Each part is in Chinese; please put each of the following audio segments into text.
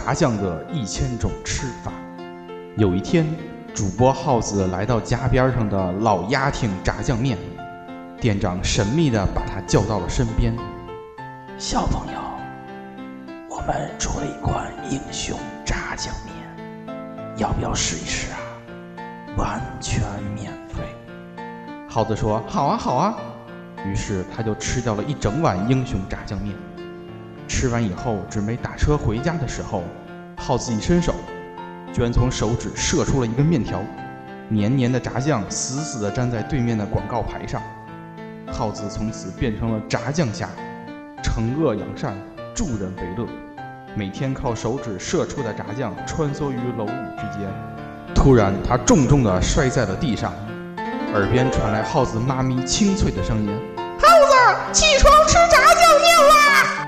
炸酱的1000种吃法。有一天，主播耗子来到家边上的老鸭挺炸酱面，店长神秘地把他叫到了身边。 小朋友，我们出了一款英雄炸酱面，要不要试一试啊？完全免费。 耗子说：好啊好啊。于是他就吃掉了一整碗英雄炸酱面。吃完以后，准备打车回家的时候，耗子一伸手，居然从手指射出了一根面条，黏黏的炸酱死死地粘在对面的广告牌上。耗子从此变成了炸酱侠，惩恶扬善，助人为乐，每天靠手指射出的炸酱穿梭于楼宇之间。突然他重重地摔在了地上，耳边传来耗子妈咪清脆的声音：耗子，起床吃炸酱面啦！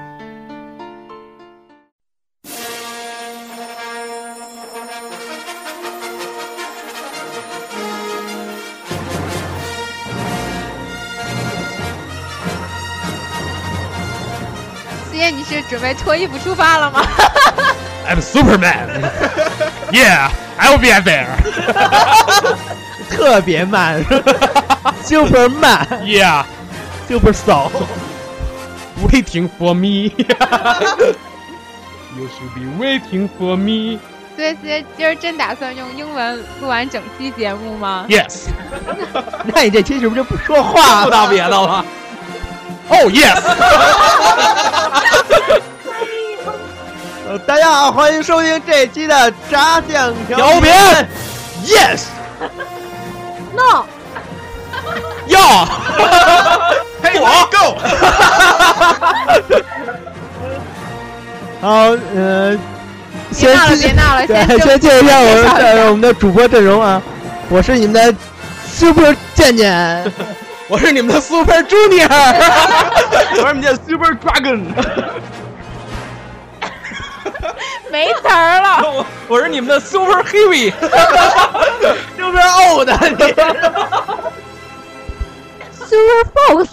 思妍，你是准备脱衣服出发了吗 ？I'm Superman. Yeah, I'll be there. 特别慢，Superman. Yeah, super slow. Waiting for me. You should be waiting for me. 所以今儿真打算用英文录完整期节目吗 ？Yes. 那你这期是不是就不说话了？ 别的了。Oh yes. 大家好，欢迎收听这期的炸酱调频。Yes. No. 要。Hey, go. 好， 别闹了，先介绍一下我们的主播阵容啊！我是你们的 Super 健健， 我是你们的 Super Junior， 我是你们的 Super Dragon。 没词儿了。 我是你们的 Super Heavy， Super Old， Super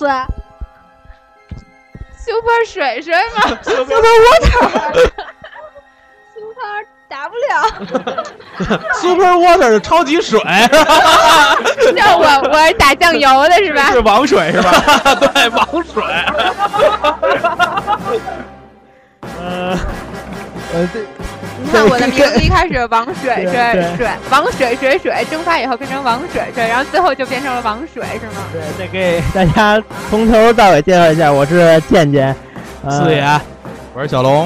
Fox，Super 水吗 ？Super Water。Super 打不了 ，Super Water 的超级水。 那我是打酱油的是吧？ 是王水是吧？对，王水。 你看我的名字一开始王水，王水蒸发以后变成王水，然后最后就变成了王水，是吗？ 对，再给大家从头到尾介绍一下，我是健健， 四爷，我是小龙。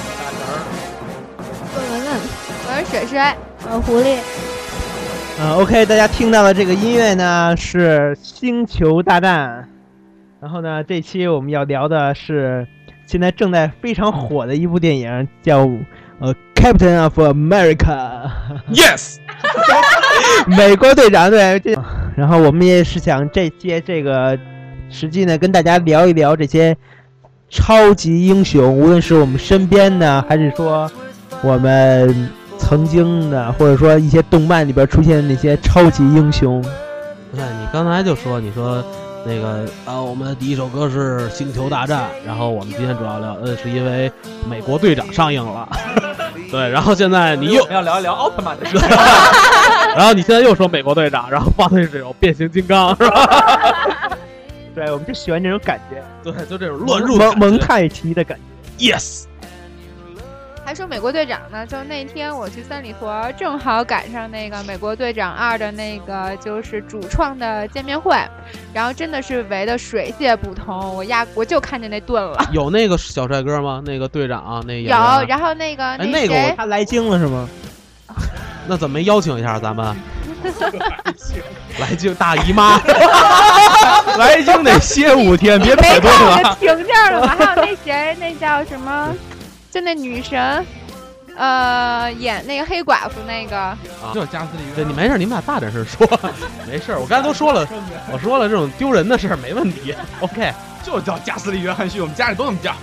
我是水，我是狐狸。 OK， 大家听到的这个音乐呢是《星球大战》，然后呢，这期我们要聊的是现在正在非常火的一部电影，叫Captain of America。Yes， 美国队长。对，然后我们也是想这个实际呢跟大家聊一聊这些超级英雄，无论是我们身边的，还是说我们曾经的，或者说一些动漫里边出现的那些超级英雄。 对，你刚才就说，你说那个我们的第一首歌是《星球大战》，然后我们今天主要聊是因为美国队长上映了，对，然后现在你又要聊一聊奥特曼的事， 然后你现在又说美国队长，然后放的是这种变形金刚，是吧？ 对，我们就喜欢这种感觉， 对，就这种乱入蒙太奇的感觉。Yes。 还说美国队长呢，就那天我去三里屯，正好赶上那个美国队长2的那个就是主创的见面会，然后真的是围得水泄不通，我就看见那盾了。 有那个小帅哥吗？那个队长啊，那演员有，然后那个他来京了是吗？ 那怎么没邀请一下咱们？来京大姨妈， 来京得歇5天，别太多了。 停这儿了吗？还有那谁，那叫什么？就那女神，演那个黑寡妇那个， 就是加斯利对，你没事，你们俩大点声说，没事，我刚才都说了，我说了这种丢人的事儿没问题。OK， 就叫加斯利约翰逊，我们家里都这么叫。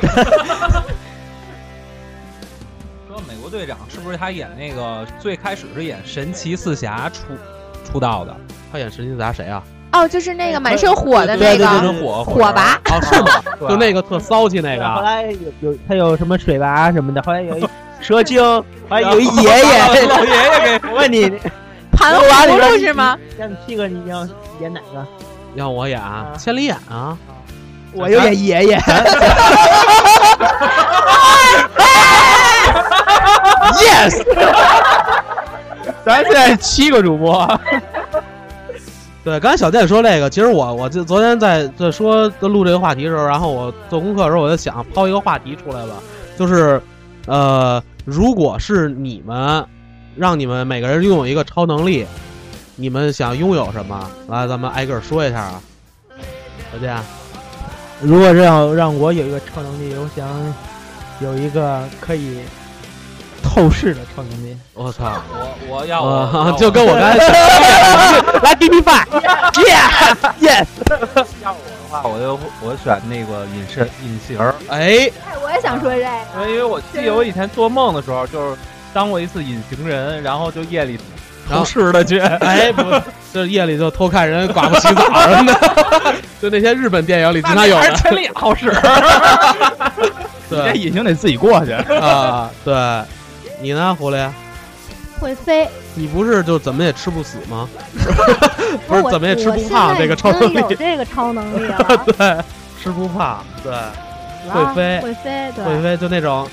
说美国队长是不是他演那个最开始是演神奇四侠出道的？ 他演神奇四侠谁啊？ 哦，就是那个满身火的那个火拔， 哦，是吗？就那个特骚气那个。 后来他有什么水拔什么的，后来有蛇精，还有一爷爷， 老爷爷给我问你， 盘葫芦是吗？ 让你七个，你要演哪个？ 让我演千里眼啊！ 我又演爷爷。Yes， 咱现在7个主播。 对，刚才小健说这个，其实我就昨天在说录这个话题的时候，然后我做功课的时候，我就想抛一个话题出来了，就是如果是你们让你们每个人拥有一个超能力，你们想拥有什么？来，咱们挨个说一下啊。小健， 如果让我有一个超能力，我想有一个可以透视的超能力。 我操！ 我要就跟我刚才来 give me five，yes， 要我的话，我选那个隐形儿。 哎， 我也想说这个， 因为我记得我以前做梦的时候，就是当过一次隐形人，然后就夜里偷吃的去。 哎，不，这夜里就偷看人寡妇洗澡什么的，就那些日本电影里经常有的。 千里眼好使。 你这隐形得自己过去啊。对，你呢，狐狸？ 会飞。 你不是就怎么也吃不死吗？不是怎么也吃不胖这个超能力。 有这个超能力了。 对，吃不胖，对，会飞， 会飞，对， 会飞，就那种。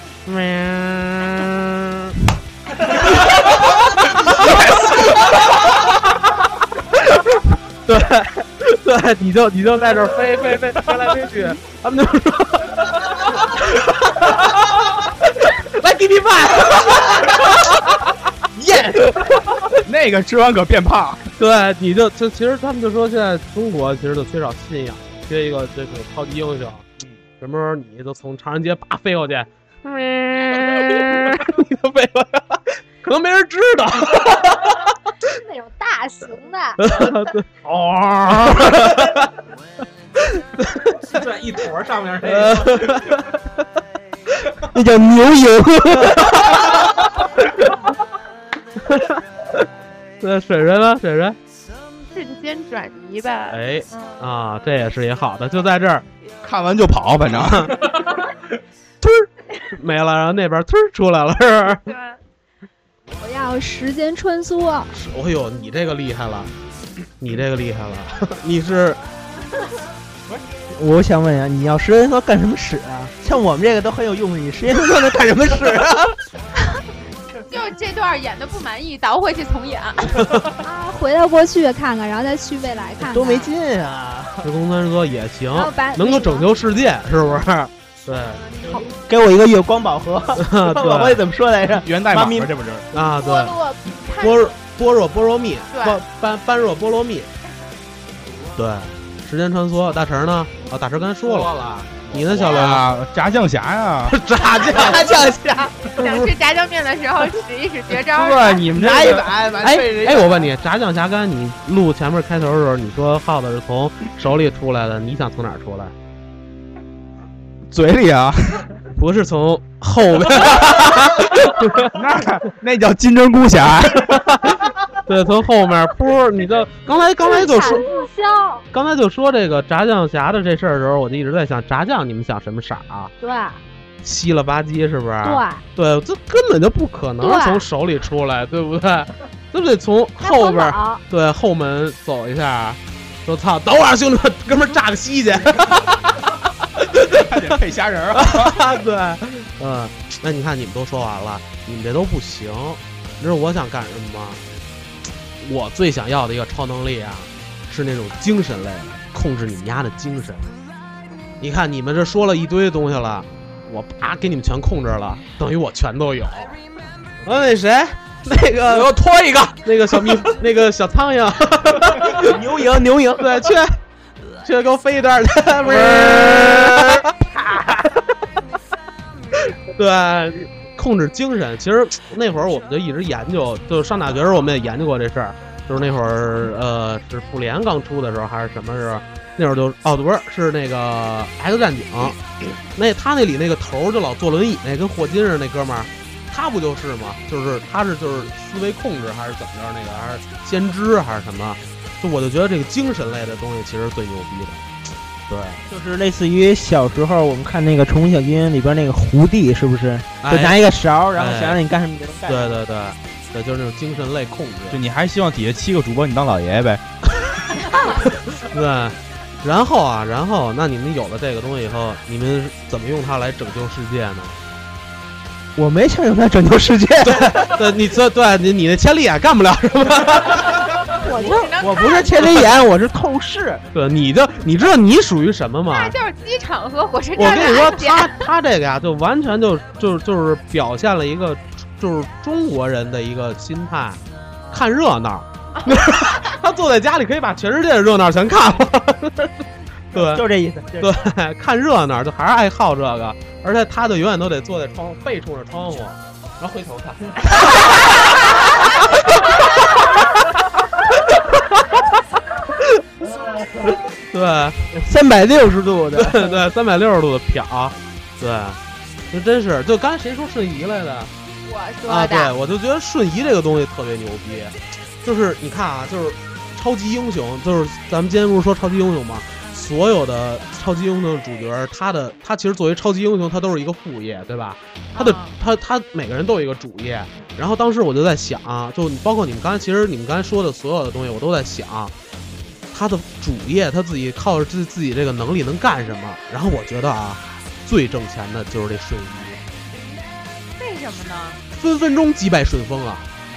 对对，你就在这儿飞来飞去，他们就说来给你饭，耶！ 那个吃完可变胖。 对，你就其实他们就说现在中国其实就缺少信仰，缺一个这个超级英雄。什么时候你就从长安街叭飞过去，你就飞过去，可能没人知道。 是那种大型的。 哦， 在一坨上面那个， 那叫牛营。 对，水水呢？水水瞬间转移吧。 哎，啊，这也是一好的，就在这儿看完就跑，反正突没了，然后那边突出来了，是不是？ 对。 我要时间穿梭。 哎呦，你这个厉害了，你这个厉害了，你是？ 我想问呀，你要时间穿梭干什么使啊？像我们这个都很有用，你时间穿梭能干什么使啊？ 就这段演的不满意，倒回去重演。 啊，回到过去看看，然后再去未来看看， 多没劲啊！ 时空穿梭也行，能够拯救世界，是不是？对， 给我一个月光宝盒。光宝盒怎么说来着？ 源代码这不是啊？对，般若波罗蜜，般若波罗蜜。对，时间穿梭。大成呢？啊，大成刚才说了。你呢，小刘啊？炸酱侠呀！ 炸酱侠。 想吃炸酱面的时候使一使绝招。 对，你们拿一把， 哎，我问你，炸酱侠刚才你录前面开头的时候，你说耗子是从手里出来的，你想从哪儿出来？ 嘴里啊， 不是从后面。 那叫金针菇侠。 对，从后面噗，你就刚才就说，刚才就说这个炸酱侠的这事儿的时候，我就一直在想，炸酱你们想什么色啊？ 对， 稀了吧唧是不是？ 对， 这根本就不可能从手里出来，对不对？对不对？从后边对后门走一下，说操，等会儿兄弟们，哥们儿炸个西去。 还得配虾仁啊。 对，那你看你们都说完了，你们这都不行。你知道我想干什么吗？我最想要的一个超能力啊，是那种精神类的，控制你们家的精神。你看你们这说了一堆东西了，我啪给你们全控制了，等于我全都有。那谁，那个给我拖一个， 那个小那个小苍蝇， 牛营， 对，去给我飞一段。对。控制精神，其实那会儿我们就一直研究，就上大学时候我们也研究过这事儿。就是那会儿，是复联刚出的时候还是什么时候？那会儿就不是那个 X 战警，他那里那个头就老坐轮椅那跟霍金似的那哥们儿，他不就是吗？就是他就是思维控制还是怎么着那个，还是先知还是什么？就我就觉得这个精神类的东西其实最牛逼的。 对， 就是类似于小时候我们看那个《宠物小精灵》里边那个胡地，是不是？就拿一个勺，然后想让你干什么你就能干。 对，就是那种精神类控制。 就你还是希望底下7个主播你当老爷爷呗？ 对，然后那你们有了这个东西以后，你们怎么用它来拯救世界呢？ 我没想用它拯救世界。 对，你那千里眼干不了是吧？ 我不是千里眼，我是透视。 对，你知道你属于什么吗？ 那就是机场和火车站。 我跟你说，他这个呀，就完全就是表现了一个就是中国人的一个心态，看热闹。他坐在家里可以把全世界的热闹全看了。对， 就这意思。 对，看热闹就还是爱好这个，而且他就永远都得坐在背冲着窗户，然后回头看。对 ，360度的， 对，360度的瞟，对，那真是，就刚才谁说瞬移来的？ 我说的。对，我就觉得瞬移这个东西特别牛逼，就是你看啊，就是超级英雄，就是咱们今天不是说超级英雄吗？所有的超级英雄的主角，他其实作为超级英雄，他都是一个副业，对吧？他每个人都有一个主业。然后当时我就在想，就包括你们刚才说的所有的东西，我都在想。他的主业，他自己靠着自己这个能力能干什么？然后我觉得啊，最挣钱的就是这瞬移。 为什么呢？ 分分钟击败顺丰啊！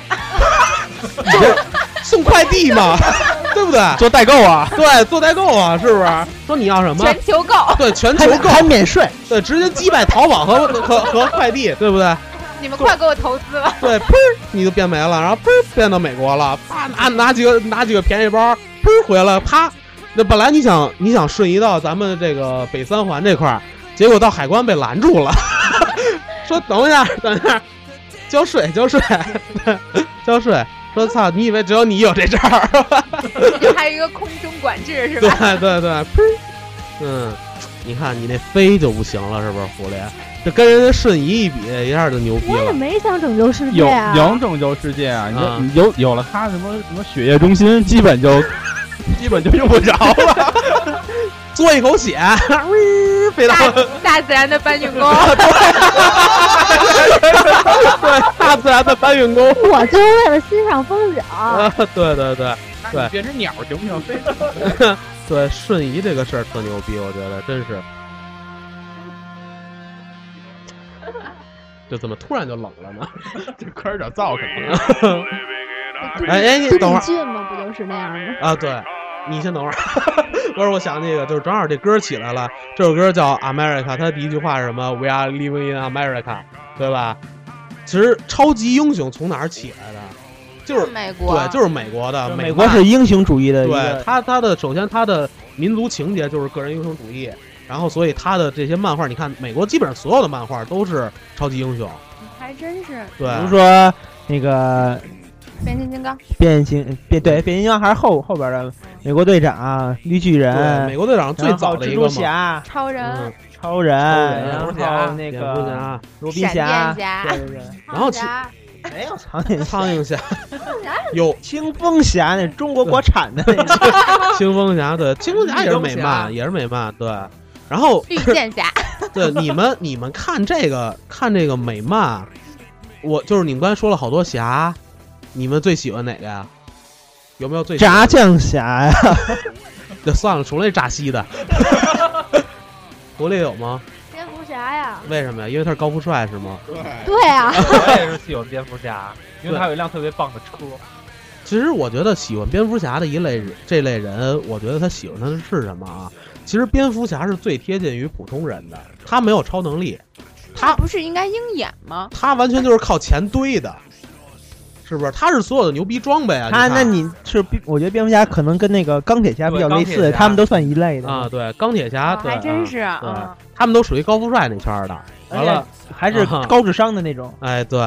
送快递嘛，对不对？ 做代购啊， 对，做代购啊，是不是？说你要什么？ 全球购。 对，全球购还免税。 对，直接击败淘宝和快递，对不对？ 你们快给我投资了。 对，砰，你就变没了，然后砰变到美国了，啪拿几个便宜包。砰回来，啪！那本来你想瞬移到咱们这个北三环这块儿，结果到海关被拦住了，说等一下，交税，交税。说操，你以为只有你有这招儿？ 还有一个空中管制是吧？ 对，砰！你看你那飞就不行了，是不是胡连？这跟人家瞬移一比，一下就牛逼了。 我也没想拯救世界啊， 有拯救世界啊！你有了他什么血液中心，基本就用不着了。 嘬一口血，飞到大自然的搬运工。 对，大自然的搬运工。 我就是为了欣赏风景。 对， 变成鸟行不行？飞。 对，瞬移这个事儿特牛逼，我觉得真是。就怎么突然就冷了呢？ 这歌有点燥可能。 哎，你等会儿。 近吗？不就是那样吗？ 啊，对，你先等会儿。不是，我想那个，就是正好这歌起来了。这首歌叫《America》，它第一句话是什么 ？We are living in America， 对吧？其实超级英雄从哪儿起来的？就是美国， 对，就是美国的。 美国是英雄主义的。 对，他的首先他的民族情节就是个人英雄主义。然后，所以他的这些漫画，你看，美国基本上所有的漫画都是超级英雄， 还真是。 对， 比如说那个变形金刚， 变形金刚还是后边的美国队长、绿巨人， 美国队长最早的一个蜘蛛侠、 超人， 然后那个罗宾侠，对， 然后没有苍蝇侠，有清风侠，那中国国产的那个清风侠，对，清风侠也是美漫，对。然后绿箭侠， 对你们看这个美漫，我就是你们刚才说了好多侠，你们最喜欢哪个呀？有没有最喜欢炸酱侠呀？ 就算了，除了炸西的，国内有吗？ 蝙蝠侠呀？ 为什么呀？因为他是高富帅是吗？ 对啊， 我也是喜欢蝙蝠侠，因为他有一辆特别棒的车。 其实我觉得喜欢蝙蝠侠的这类人，我觉得他喜欢他的是什么啊？其实蝙蝠侠是最贴近于普通人的，他没有超能力， 他不是应该鹰眼吗？ 他完全就是靠钱堆的，是不是？他是所有的牛逼装备啊！ 我觉得蝙蝠侠可能跟那个钢铁侠比较类似，他们都算一类的啊。对，钢铁侠，对， 还真是， 对，他们都属于高富帅那圈的，完了还是高智商的那种。 哎，对。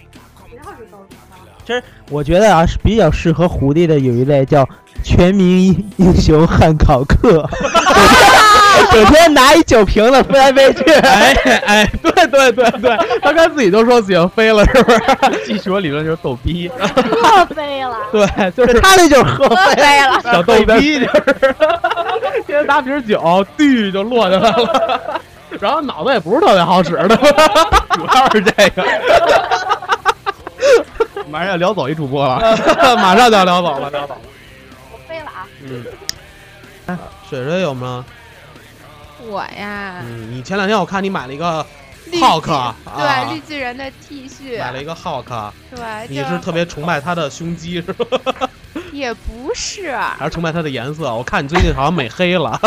其实我觉得啊，是比较适合狐狸的有一类叫全民英雄汉考克。 整天拿一酒瓶子飞来飞去。 哎，对，他刚自己就说自己飞了，是不是？ 技术理论就是逗逼， 喝飞了。 对，就是他那就是喝飞了， 小逗逼，就是天天拿瓶酒，滴就落下来了。然后脑子也不是特别好使的， 主要是这个。马上要聊走一主播了， 马上就要聊走了。 我飞了啊！ 水水有吗？ 我呀， 你前2天我看你买了一个浩克， 对，绿巨人的 T 恤， 买了一个浩克， 对， 你是特别崇拜他的胸肌是吧？ 也不是， 还是崇拜他的颜色？我看你最近好像美黑了。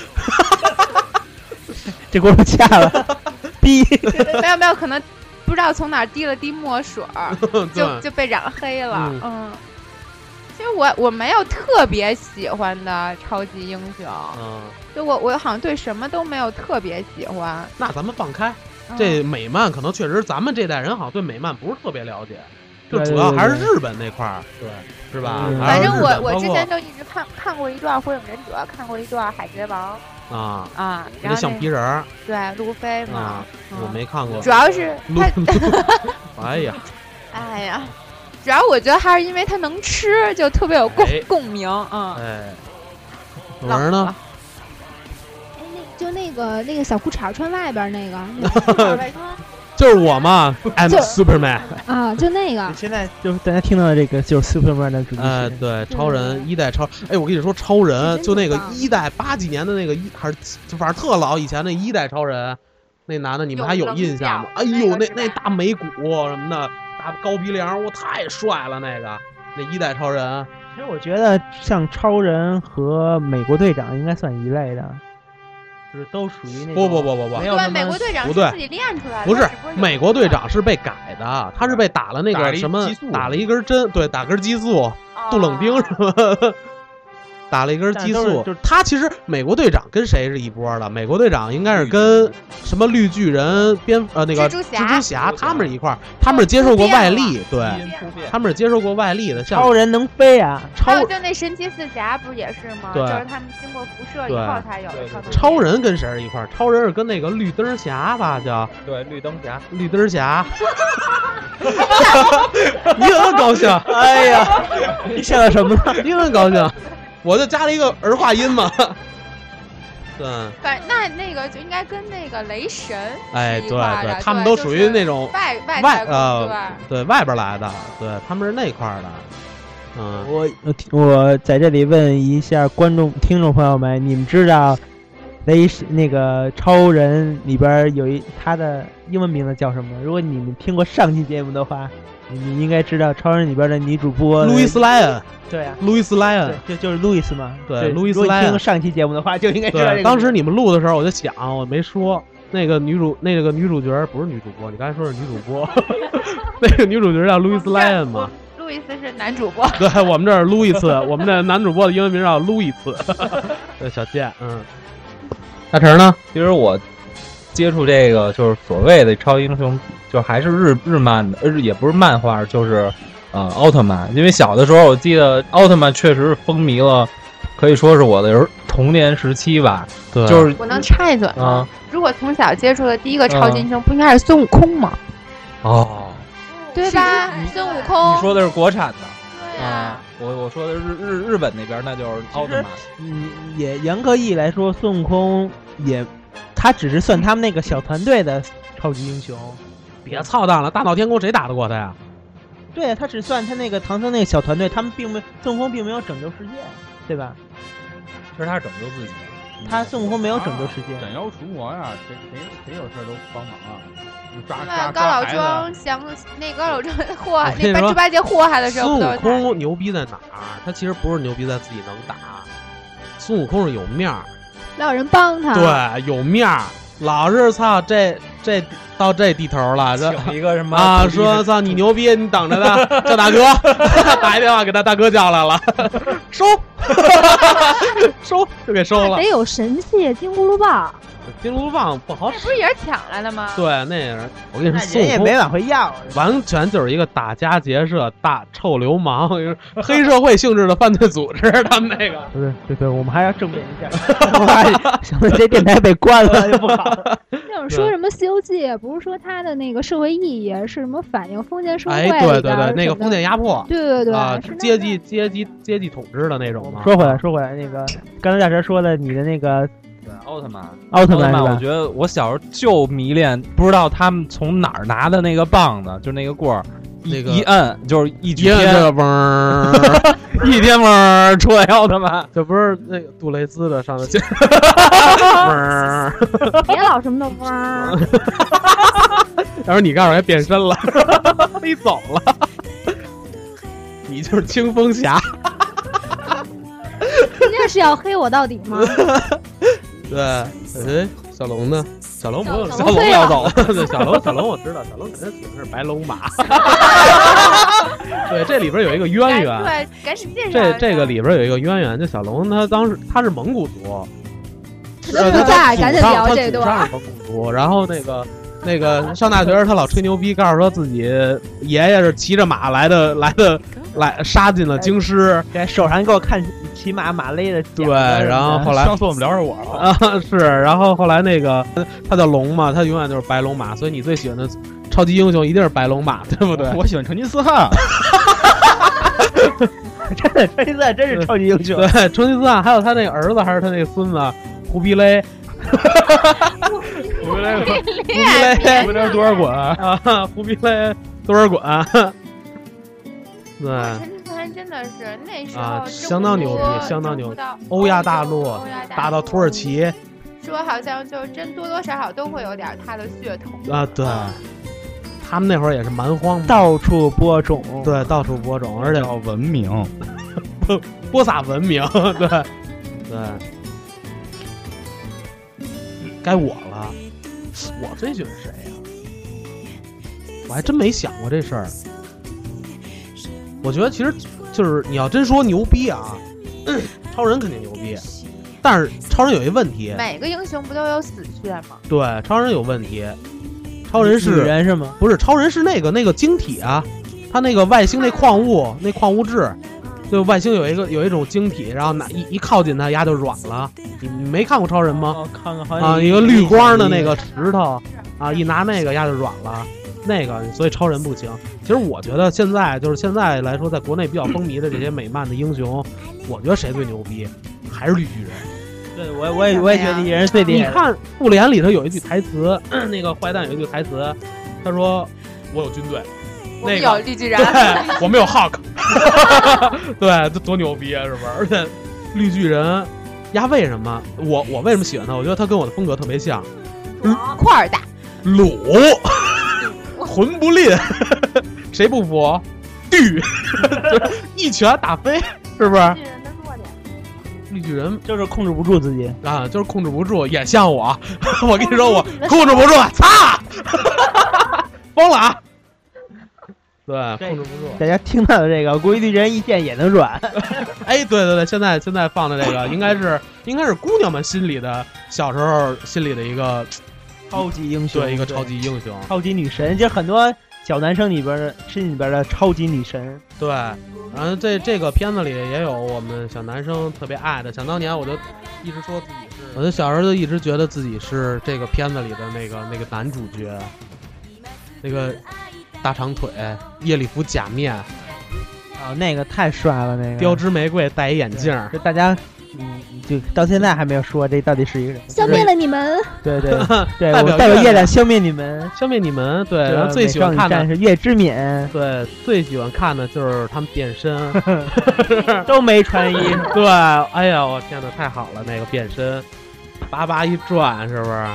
这轱辘掐了，逼！ 没有，可能不知道从哪儿滴了滴墨水就被染黑了。其实我没有特别喜欢的超级英雄，就我好像对什么都没有特别喜欢。 那咱们放开，这美漫可能确实咱们这代人好像对美漫不是特别了解，就主要还是日本那块儿，对，是吧？ 反正我之前就一直看过一段《火影忍者》，看过一段《海贼王》。然后橡皮人儿， 对，路飞嘛， 我没看过， 主要是他， 哎呀， 主要我觉得还是因为他能吃，就特别有共鸣， 老人呢？ 就那个小裤衩穿外边那个， 就是我嘛 ，I'm Superman 啊，就那个。 现在就大家听到的这个就是 Superman 的主题曲。 对，超人一代超，哎，我跟你说，超人就那个一代80几年的那个还是就反正特老以前的一代超人，那男的你们还有印象吗？哎呦，那大眉骨什么的，大高鼻梁，太帅了那一代超人。 其实我觉得像超人和美国队长应该算一类的。就是都属于那不， 对，美国队长是自己练出来的， 不是美国队长是被改的，他是被打了那个什么，打了一根针，对，打根激素，杜冷丁什么，打了一根激素。就是他其实美国队长跟谁是一波的？美国队长应该是跟什么绿巨人、那个蜘蛛侠他们一块儿，他们是接受过外力，对，他们是接受过外力的。像超人能飞啊， 还有就那神奇四侠不是也是吗？就是他们经过辐射以后才有的超人跟谁是一块儿？超人是跟那个绿灯侠吧，叫对绿灯侠。 你很高兴， 哎呀，你想到什么了？ 你很高兴。我就加了一个儿化音嘛，对。 反正那个就应该跟那个雷神对，他们都属于那种对外边来的，对，他们是那块儿的。 我在这里问一下听众朋友们，你们知道那个超人里边有他的英文名字叫什么？如果你们听过上期节目的话，你应该知道超人里边的女主播路易斯莱恩。 对啊， 路易斯莱恩， 就是路易斯嘛。 对，路易斯莱恩。 如果听上期节目的话，就应该知道这个。 当时你们录的时候，我就想，我没说那个女主角不是女主播，你刚才说是女主播，那个女主角叫路易斯莱恩嘛。 路易斯是男主播。 对，我们这是路易斯，我们的男主播的英文名叫路易斯。对，小健，大成呢？ 其实我接触这个就是所谓的超英雄，就还是日漫的，也不是漫画，就是奥特曼。因为小的时候我记得奥特曼确实是风靡了，可以说是我的童年时期吧。 对， 就是我能插一嘴吗？如果从小接触的第一个超级英雄，不应该是孙悟空吗？对吧？孙悟空。 你说的是国产的。 对啊。 我说的是日本那边，那就是奥特曼。 也严格意义来说，孙悟空他只是算他们那个小团队的超级英雄。 别操蛋了，大闹天宫谁打得过他呀？ 对啊，他只算他那个唐僧那个小团队，他们孙悟空并没有拯救世界，对吧？ 其实他是拯救自己。 孙悟空没有拯救世界。 斩妖除魔呀，谁有事都帮忙啊。 高老庄那高老庄那猪八戒祸害的时候， 孙悟空牛逼在哪儿？他其实不是牛逼在自己能打，孙悟空是有面儿， 老有人帮他。 对，有面儿，老是操这到这地头了，这一个什么说操你牛逼，你等着呢，叫大哥，打一电话给他大哥叫来了，收就给收了。 得有神器金箍噜棒。 金箍棒不好使那不。是也是抢来的吗？ 对，那也是我跟你说， 那孙悟空人也没往回要。 完全就是一个打家劫舍、大臭流氓、黑社会性质的犯罪组织。他们那个不是，对，我们还要正面一下。行了，这电台被关了就不好了。 那种说什么《西游记》，不是说它的那个社会意义是什么反映封建社会哎， 里边对对对，那个什么封建压迫， 对啊， 是那阶个级统治的那种嘛。 说回来，那个刚才大神说的，你的那个奥特曼， 奥特曼是吧？ 我觉得我小时候就迷恋，不知道他们从哪儿拿的那个棒子，就那个棍儿， 那个一摁就是一举一摁这天， 个嗡儿， 一天嗡儿出来奥特曼。 这不是那个杜蕾斯的上的嗡儿， 别老什么都嗡儿。 然后你告诉我还变身了，你走了，你就是清风侠。 今天是要黑我到底吗？ 对，哎，小龙呢？小龙不用， 小小龙龙飞了要走了。对，小龙我知道，小龙肯定喜欢是白龙马。对，这里边有一个渊源。 对，赶紧介绍一下。 这个里边有一个渊源，就小龙他当时他是蒙古族， 他不在，赶紧聊这他段。 是蒙古族，然后那个上大学时他老吹牛逼，告诉说自己爷爷是骑着马来杀进了京师。 这手上给我看骑马勒的。 对，然后后来上次我们聊着我了啊，是，然后后来那个他叫龙嘛，他永远就是白龙马，所以你最喜欢的超级英雄一定是白龙马，对不对？ 我喜欢成吉思汗。 真的，成吉思汗真是超级英雄。 对，成吉思汗还有他那个儿子还是他那个孙子忽必烈。 忽必烈， 忽必烈多少管啊？忽必烈多少管？对， 成吉思汗真的是那时啊， 候相当牛逼，相当牛逼，欧亚大陆打到土耳其， 说好像就真多多少少都会有点他的血统啊。对，他们那会儿也是蛮荒嘛， 到处播种， 对，到处播种，而且要文明， 播撒文明，对对。该我了，我最喜欢谁呀？我还真没想过这事儿。我觉得其实就是你要真说牛逼啊，超人肯定牛逼，但是超人有一问题， 每个英雄不都有死穴吗？ 对，超人有问题，超人是女人是吗？ 不是，超人是那个晶体啊，他那个外星那矿物那矿物质。就外星有一种晶体，然后一靠近它，丫就软了。你没看过超人吗？ 看好像啊，一个绿光的那个石头啊，一拿那个丫就软了。那个，所以超人不行。其实我觉得现在来说，在国内比较风靡的这些美漫的英雄，我觉得谁最牛逼，还是绿巨人。 对，我也觉得绿巨人最厉害。 你看复联里头有一句台词，那个坏蛋有一句台词，他说：“我有军队。” 我们有绿巨人， 对，我们有 Hulk， 对，这多牛逼啊，是不是？而且绿巨人，为什么我为什么喜欢他？我觉得他跟我的风格特别像， 块儿大， 鲁，魂不吝，谁不服？绿，一拳打飞，是不是？ 巨人的弱点， 绿巨人就是控制不住自己啊，就是控制不住，也像我。我跟你说，我控制不住，擦，疯了啊！对，控制不住。 大家听到的这个，估计绿巨人一剑也能软。 哎，对，现在放的这个应该是姑娘们小时候心里的一个超级英雄， 对，一个超级英雄， 超级女神，就很多小男生心里边的超级女神。 对，然后这个片子里也有我们小男生特别爱的。想当年我就一直说自己是，我就小时候就一直觉得自己是这个片子里的那个男主角，那个大长腿夜礼服假面啊，那个太帅了，那个标之玫瑰戴一眼镜， 就大家就到现在还没有说这到底是一个人， 消灭了你们。 对，我代表月亮消灭你们，对， 然后最喜欢看的战士月之冕， 对，最喜欢看的就是他们变身， 都没穿衣服， 对，哎呀，我天哪，太好了，那个变身，叭叭一转，是不是？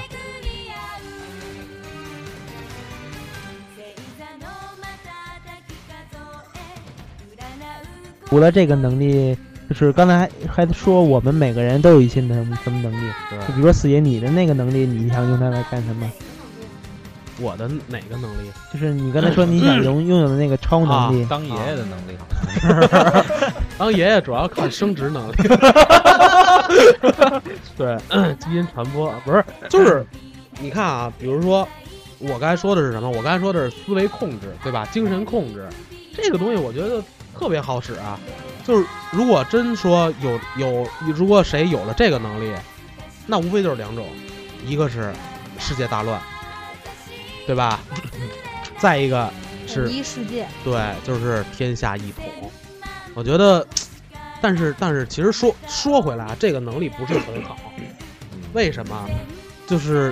除了这个能力，就是刚才还说我们每个人都有一些什么能力，就比如说四爷，你的那个能力，你想用它来干什么？ 我的哪个能力？ 就是你刚才说你想拥有的那个超能力， 当爷爷的能力。 当爷爷主要靠升职能力。对， 对，基因传播不是，就是你看啊，比如说我刚才说的是什么？我刚才说的是思维控制，对吧？精神控制这个东西，我觉得特别好使啊。就是如果真说如果谁有了这个能力，那无非就是两种，一个是世界大乱，对吧？再一个是统一世界， 对，就是天下一统。我觉得，但是其实说回来啊，这个能力不是很好。为什么？就是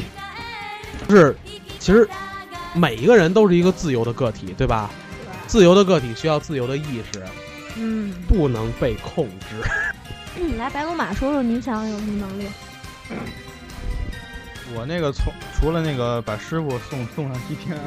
其实每一个人都是一个自由的个体，对吧？自由的个体需要自由的意识，不能被控制。 来，白龙马说说你想有什么能力？ 我那个除了那个把师傅送上西天，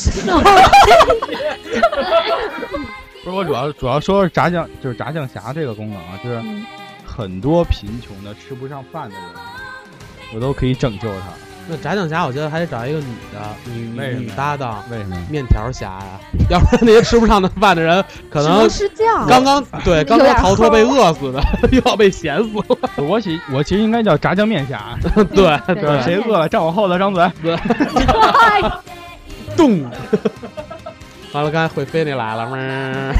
不是我主要说炸酱侠这个功能啊，就是很多贫穷的吃不上饭的人，我都可以拯救他。 那炸酱侠我觉得还得找一个女搭档， 为什么？ 面条侠呀，要不然那些吃不上的饭的人可能是酱， 刚刚逃脱被饿死的，又要被咸死了。 我其实应该叫炸酱面侠。 对， 谁饿了站我后头张嘴。 对，咚。完了，刚才会飞那来了，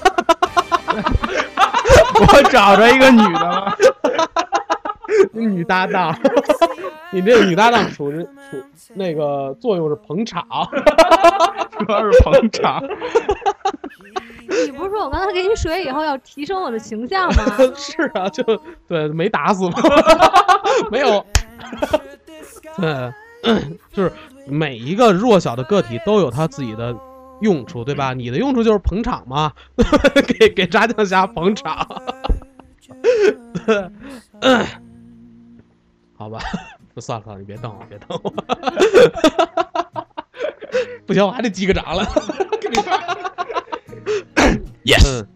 我找着一个女的了， 女搭档。你这个女搭档处那个作用是捧场， 主要是捧场。 你不是说我刚才给你水以后要提升我的形象吗？ 是啊，就对，没打死吗？没有。对，就是每一个弱小的个体都有他自己的用处，对吧？你的用处就是捧场嘛，给炸酱侠捧场。好吧。算了，你别瞪我，不行，我还得击个掌了。跟你说 ，yes，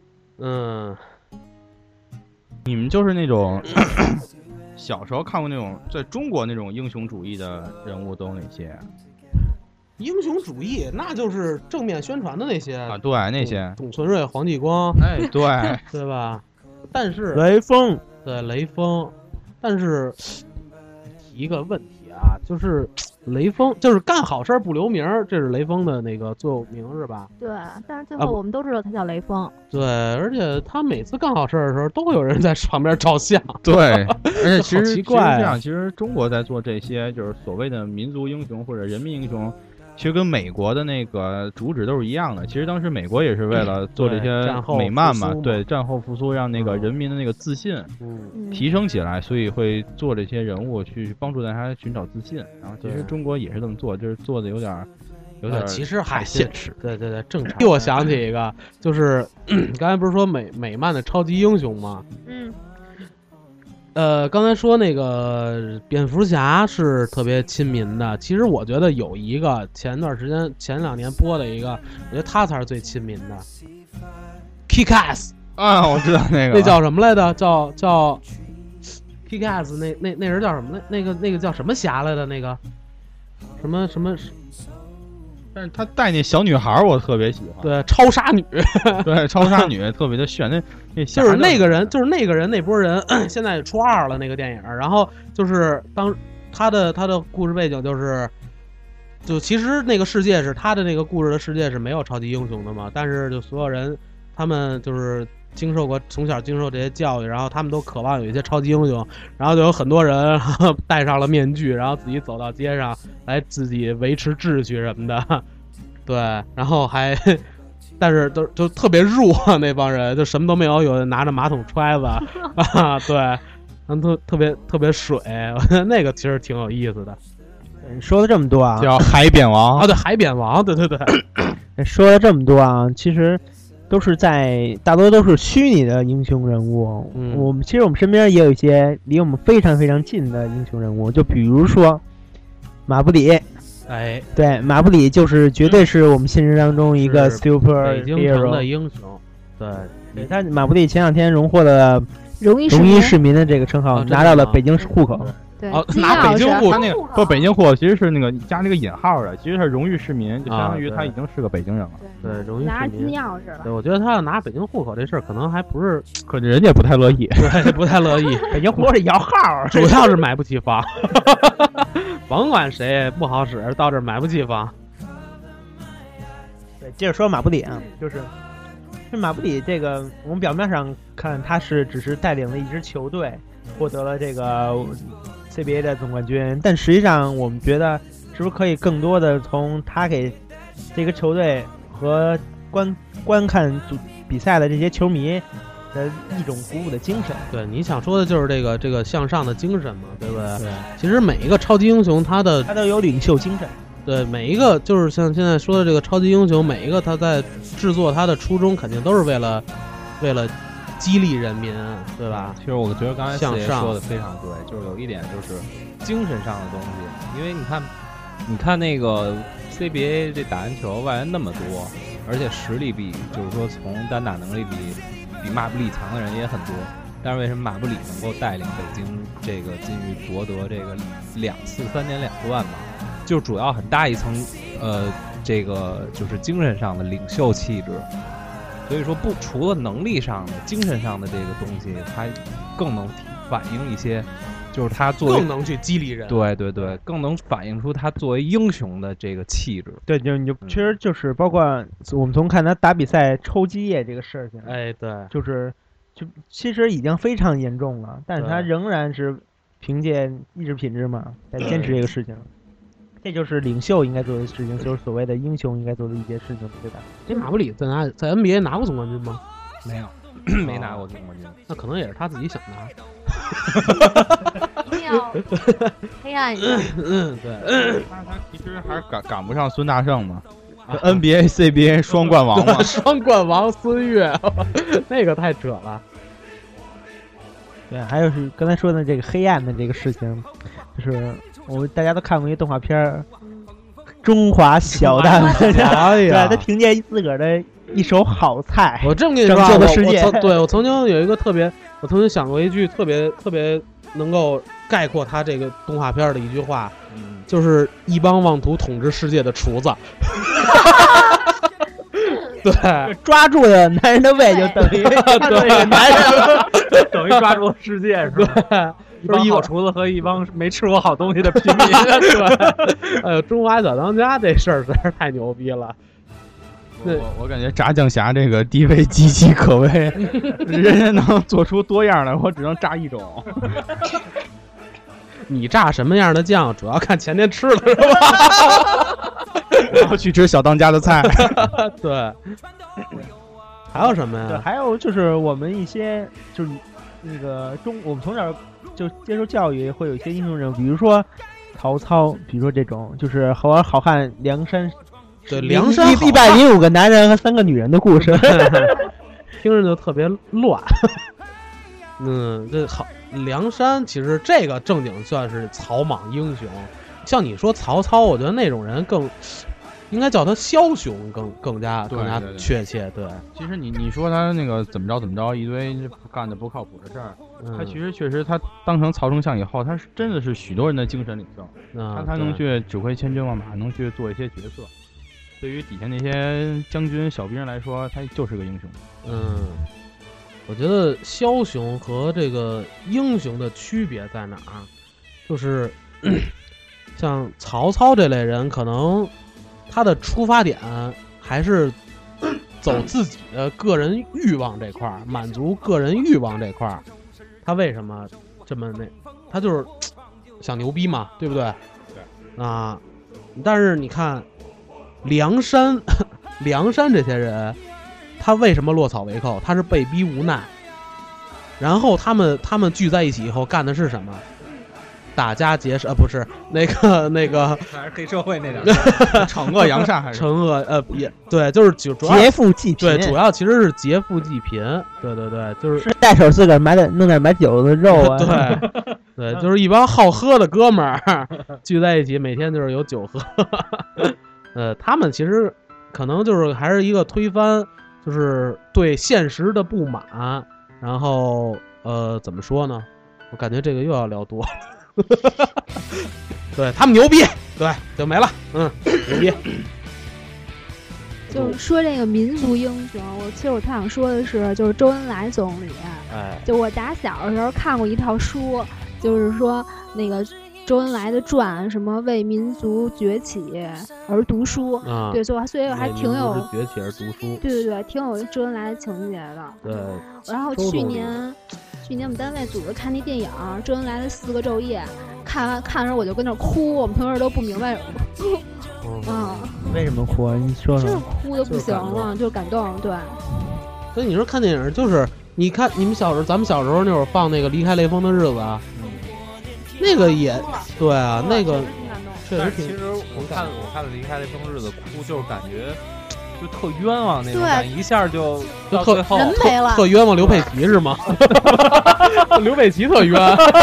你们就是那种小时候看过那种在中国那种英雄主义的人物都有哪些？ 英雄主义那就是正面宣传的那些啊，对，那些董存瑞、黄继光， 哎，对， 对吧？但是雷锋， 对雷锋，但是。一个问题啊，就是雷锋就是干好事不留名，这是雷锋的那个座右铭是吧？ 对，但是最后我们都知道他叫雷锋。 对，而且他每次干好事的时候，都会有人在旁边照相。 对，而且其实奇怪， 这样，其实中国在做这些就是所谓的民族英雄或者人民英雄。其实跟美国的那个主旨都是一样的。其实当时美国也是为了做这些美漫嘛，对，战后复苏，让那个人民的那个自信提升起来，所以会做这些人物去帮助大家寻找自信。然后其实中国也是这么做，就是做的有点其实还现实。 对，正常。我想起一个，就是刚才不是说美漫的超级英雄吗？刚才说那个蝙蝠侠是特别亲民的，其实我觉得有一个前2年播的一个，我觉得他才是最亲民的。Kick-Ass 啊，我知道那个， 那叫什么来着？叫 Kick-Ass 那人叫什么来？那个叫什么侠来的？那个什么？ 但是他带那小女孩，我特别喜欢。 对，超杀女， 对，超杀女特别的炫。那就是那个人，那波人，现在出2了那个电影。然后就是当他的故事背景就其实那个世界是他的那个故事的世界是没有超级英雄的嘛，但是就所有人他们就是从小经受这些教育，然后他们都渴望有一些超级英雄，然后就有很多人戴上了面具，然后自己走到街上来自己维持秩序什么的，对，然后但是就特别弱，那帮人就什么都没有，有人拿着马桶揣子啊，对，然后特别水，我觉得那个其实挺有意思的。 说了这么多啊， 叫海扁王啊，对，海扁王，对， 说了这么多啊，其实。大多都是虚拟的英雄人物。其实我们身边也有一些离我们非常非常近的英雄人物，就比如说马布里。 哎， 对，马布里就是绝对是我们现实当中一个 super 北京城的英雄。对， 马布里前2天荣获了荣誉市民的这个称号，拿到了北京户口。 对， 哦金拿北京钥匙户他那个不北京户其实是那个加那个引号的，其实他荣誉市民，就相当于他已经是个北京人了。 对，荣誉拿着金市民。 钥匙了。 对，我觉得他要拿北京户口这事儿，可能还不是可人家也不太乐意。 对，不太乐意。 北京户口得摇号， 主要是买不起房，甭管谁不好使，到这儿买不起房。 对，接着说马布里啊，就是马布里这个，我们表面上看他只是带领了一支球队获得了这个 CBA 的总冠军，但实际上我们觉得是不是可以更多的从他给这个球队和观看比赛的这些球迷的一种鼓舞的精神。 对，你想说的就是这个向上的精神嘛，对不对？对。其实每一个超级英雄他都有领袖精神。 对，每一个就是像现在说的这个超级英雄，每一个他在制作他的初衷肯定都是为了激励人民，对吧？ 其实我觉得刚才四爷向上说的非常对，就是有一点就是精神上的东西，因为你看那个 CBA 这打篮球外援那么多，而且实力就是说从单打能力比马布里强的人也很多，但是为什么马布里能够带领北京这个进入夺得这个3年2冠嘛？就主要很大一层，这个就是精神上的领袖气质。所以说除了能力上的，精神上的这个东西，它更能反映一些，就是他作为更能去激励人。 对对对，更能反映出他作为英雄的这个气质。 对，你就其实就是包括我们从看他打比赛抽积液这个事情， 哎，对， 就其实已经非常严重了，但是他仍然是凭借意志品质嘛，在坚持这个事情。这就是领袖应该做的事情，就是所谓的英雄应该做的一件事情，对吧？ 这马布里在 NBA 拿过总冠军吗？ 没有，没拿过总冠军。 那可能也是他自己想拿。 黑暗对， 他其实还是赶不上孙大圣嘛。NBA、CBA 双冠王嘛， 双冠王孙悦，那个太扯了。 对，还有是刚才说的这个黑暗的这个事情，就是大家都看过一个动画片《中华小旦》，对，他凭借自个儿的一手好菜， 我这么跟你说， 拯救了世界。 我曾经有一个我曾经想过一句特别能够概括他这个动画片的一句话，就是一帮妄图统治世界的厨子。对， 抓住了男人的胃，就等于对男人等于抓住了世界，是吧？一帮好厨子和一帮没吃过好东西的平民。 对，中华小当家这事儿实在是太牛逼了。 我感觉炸酱侠这个地位岌岌可危，人家能做出多样的，我只能炸一种。 你炸什么样的酱，主要看前天吃的是吧？ 然后去吃小当家的菜。 对。还有什么呀？ 对，还有就是我们一些就是那个我们从小就接受教育，会有一些英雄人物，比如说曹操，比如说这种就是好汉梁山。 对，梁山 105个男人和3个女人的故事， 听着就特别乱。这好，梁山其实这个正经算是草莽英雄。像你说曹操，我觉得那种人更应该叫他枭雄，更加确切。对， 其实你说他那个怎么着，一堆干的不靠谱的事儿，他其实确实他当成曹丞相以后，他是真的是许多人的精神领袖，他能去指挥千军万马，能去做一些决策。对于底下那些将军小兵来说，他就是个英雄。 我觉得枭雄和这个英雄的区别在哪儿？就是像曹操这类人，可能他的出发点还是走自己的个人欲望这块儿，满足个人欲望这块儿。他为什么这么他就是想牛逼嘛，对不对？对啊，但是你看。梁山这些人，他为什么落草为寇？他是被逼无奈。然后他们聚在一起以后干的是什么？打家劫舍，不是那个还是黑社会那点惩恶扬善，还是惩恶也对，就是主要劫富济贫。 对，主要其实是劫富济贫。对，就是带手自个儿弄点买酒的肉啊。 对，就是一帮好喝的哥们儿聚在一起，每天就是有酒喝。他们其实可能就是还是一个推翻，就是对现实的不满，然后怎么说呢？我感觉这个又要聊多了。 对他们牛逼，对，就没了，牛逼。 就是说这个民族英雄，其实我特想说的是，就是周恩来总理。就我打小的时候看过一套书，就是说那个周恩来的传，什么为民族崛起而读书，对，所以我还挺有崛起而读书， 对，挺有周恩来的情节的。 对， 然后去年我们单位组织看那电影《周恩来的4个昼夜》，看的时候我就跟那哭，我们同事都不明白。 为什么哭啊？你说说。 就是哭的不行了，就感动。对。 所以你说看电影，就是你看你们咱们小时候那会儿放那个《离开雷锋的日子》啊，那个也对啊，那个确实挺。 其实我看了《离开雷锋日子》，哭就是感觉就特冤枉那种感觉，一下就到最后人没了， 特冤枉刘佩琦是吗？刘佩琦特冤。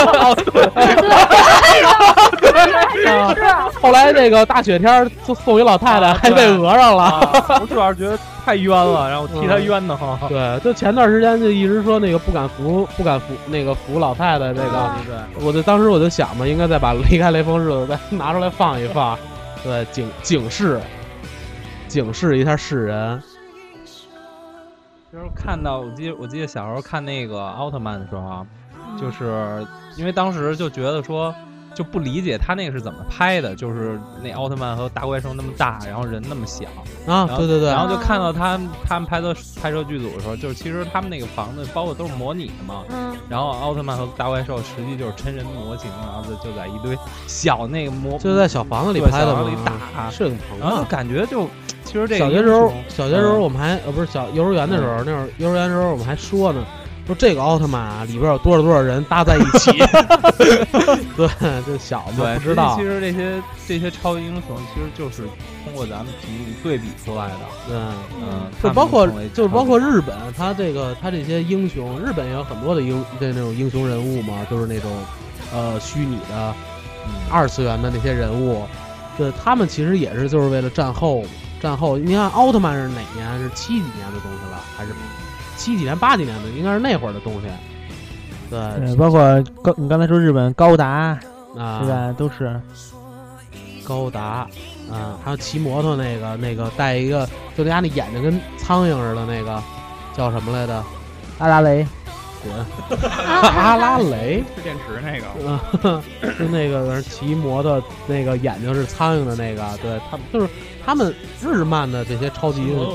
后来那个大雪天送一老太太还被讹上了。 我主要是觉得太冤了，然后替他冤的慌。 对，就前段时间就一直说那个不敢扶那个扶老太太这个。对，当时我就想嘛，应该再把《离开雷锋日子》再拿出来放一放，对，警示一下世人。 就是看到我记得小时候看那个奥特曼的时候啊，就是因为当时就觉得说。就不理解他那个是怎么拍的，就是那奥特曼和大怪兽那么大，然后人那么小啊，对， 然后就看到他们拍摄剧组的时候，就是其实他们那个房子包括都是模拟的嘛，然后奥特曼和大怪兽实际就是真人模型，然后就在一堆小那个就在小房子里拍的嘛， 大摄影棚， 然后就感觉就其实这个小学时候我们还不是幼儿园的时候，那会儿幼儿园的时候我们还说呢。说这个奥特曼啊，里边有多少人搭在一起？对，这小子不知道。 其实这些超级英雄，其实就是通过咱们评比对比出来的。 对，就包括日本，他这些英雄，日本也有很多的那种英雄人物嘛，就是那种虚拟的2次元的那些人物。对，他们其实也是就是为了战后，你看奥特曼是哪年？是70几年的东西了，还是70几年、80几年的？应该是那会儿的东西。对， 包括你刚才说日本高达啊，对吧？都是高达还有骑摩托那个带一个，就他家那眼睛跟苍蝇似的那个，叫什么来着？ 阿拉蕾。 阿拉蕾是电池那个， 是那个骑摩托那个眼睛是苍蝇的那个。对，他们日漫的这些超级英雄。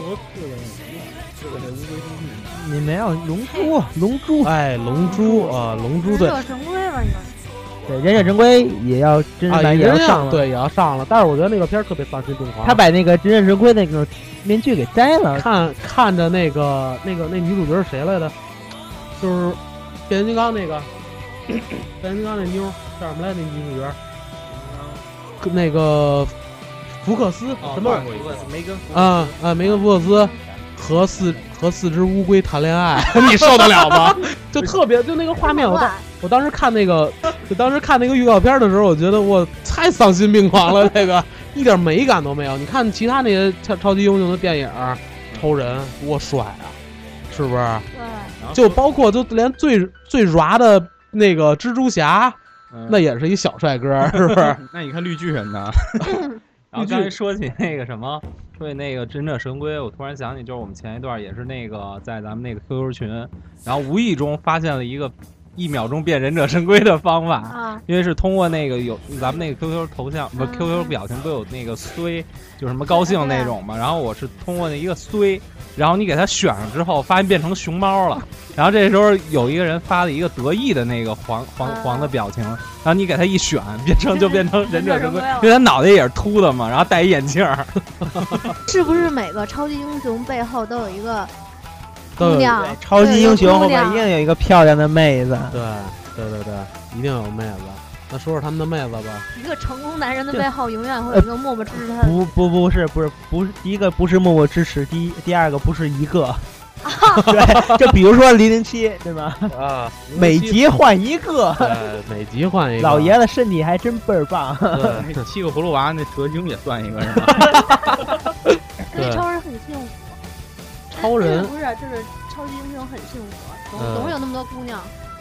你没有龙珠， 哎，龙珠对。 忍者神龟吧， 对，忍者神龟也要真人版也要上了， 对，也要上了。但是我觉得那个片特别丧心病狂。 他把那个忍者神龟那个面具给摘了， 看着那女主角是谁来的？就是变形金刚那个，变形金刚那妞叫什么来？那女主角，那个福克斯什么？梅根福克斯和四只乌龟谈恋爱，你受得了吗？就特别就那个画面，我当时看那个预告片的时候，我觉得我太丧心病狂了，这个一点美感都没有。你看其他那些超级英雄的电影，超人多帅啊，是不是？对，就包括就连最软的那个蜘蛛侠，那也是一小帅哥，是不是？ 那你看绿巨人呢？ 然后刚才说起那个什么，说起那个忍者神龟，我突然想起，就是我们前一段也是那个在咱们那个 QQ 群，然后无意中发现了一个1秒钟变忍者神龟的方法，因为是通过那个有咱们那个 QQ 头像不 QQ 表情都有那个衰，就什么高兴那种嘛，然后我是通过那一个衰，然后你给它选上之后，发现变成熊猫了，然后这时候有一个人发了一个得意的那个黄的表情，然后你给它一选，就变成忍者神龟，因为他脑袋也是秃的嘛，然后戴一眼镜儿。 是不是每个超级英雄背后都有一个姑娘？ 超级英雄后面一定有一个漂亮的妹子。 对，一定有妹子。那说说他们的妹子吧。 一个成功男人的背后永远会有一个默默支持他。 不是，第一个不是默默支持，第二个不是一个。对，就比如说007，对吧？每集换一个。 每集换一个。 老爷子身体还真倍儿棒。 对，7个葫芦娃那德军也算一个是吧？ 对，超人很幸福。 超人不是，就是超级英雄很幸福，总有那么多姑娘。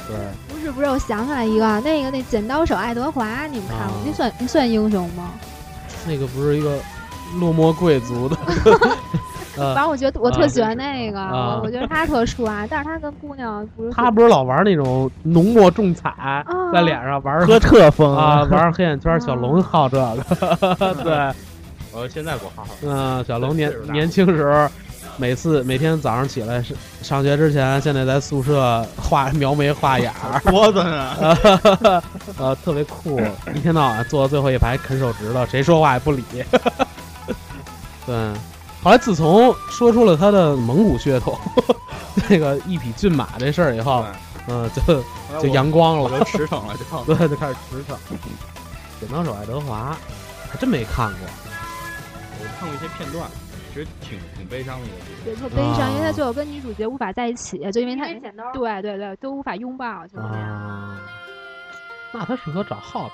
对， 不是，我想起来一个，那剪刀手爱德华，你们看过？那算英雄吗？ 那个不是一个落寞贵族的。 反正我觉得我特喜欢那个，我觉得他特帅，但是他跟姑娘不是。 他不是老玩那种浓墨重彩，在脸上玩哥特风啊，玩黑眼圈。小龙好这个，对。 现在不好。 小龙年轻时候，每天早上起来上学之前，现在在宿舍描眉画眼儿， 多的呢。 特别酷，一天到晚坐到最后一排啃手指头，谁说话也不理。对。后来自从说出了他的蒙古血统，那个一匹骏马这事儿以后，就阳光了， 我就驰骋了， 对，就开始驰骋。剪刀手爱德华，还真没看过。 我看过一些片段，其实挺悲伤的一个剧。 对，特悲伤，因为他最后跟女主角无法在一起，就因为他剪刀，对，都无法拥抱，就这样。 那他适合找 Hawk。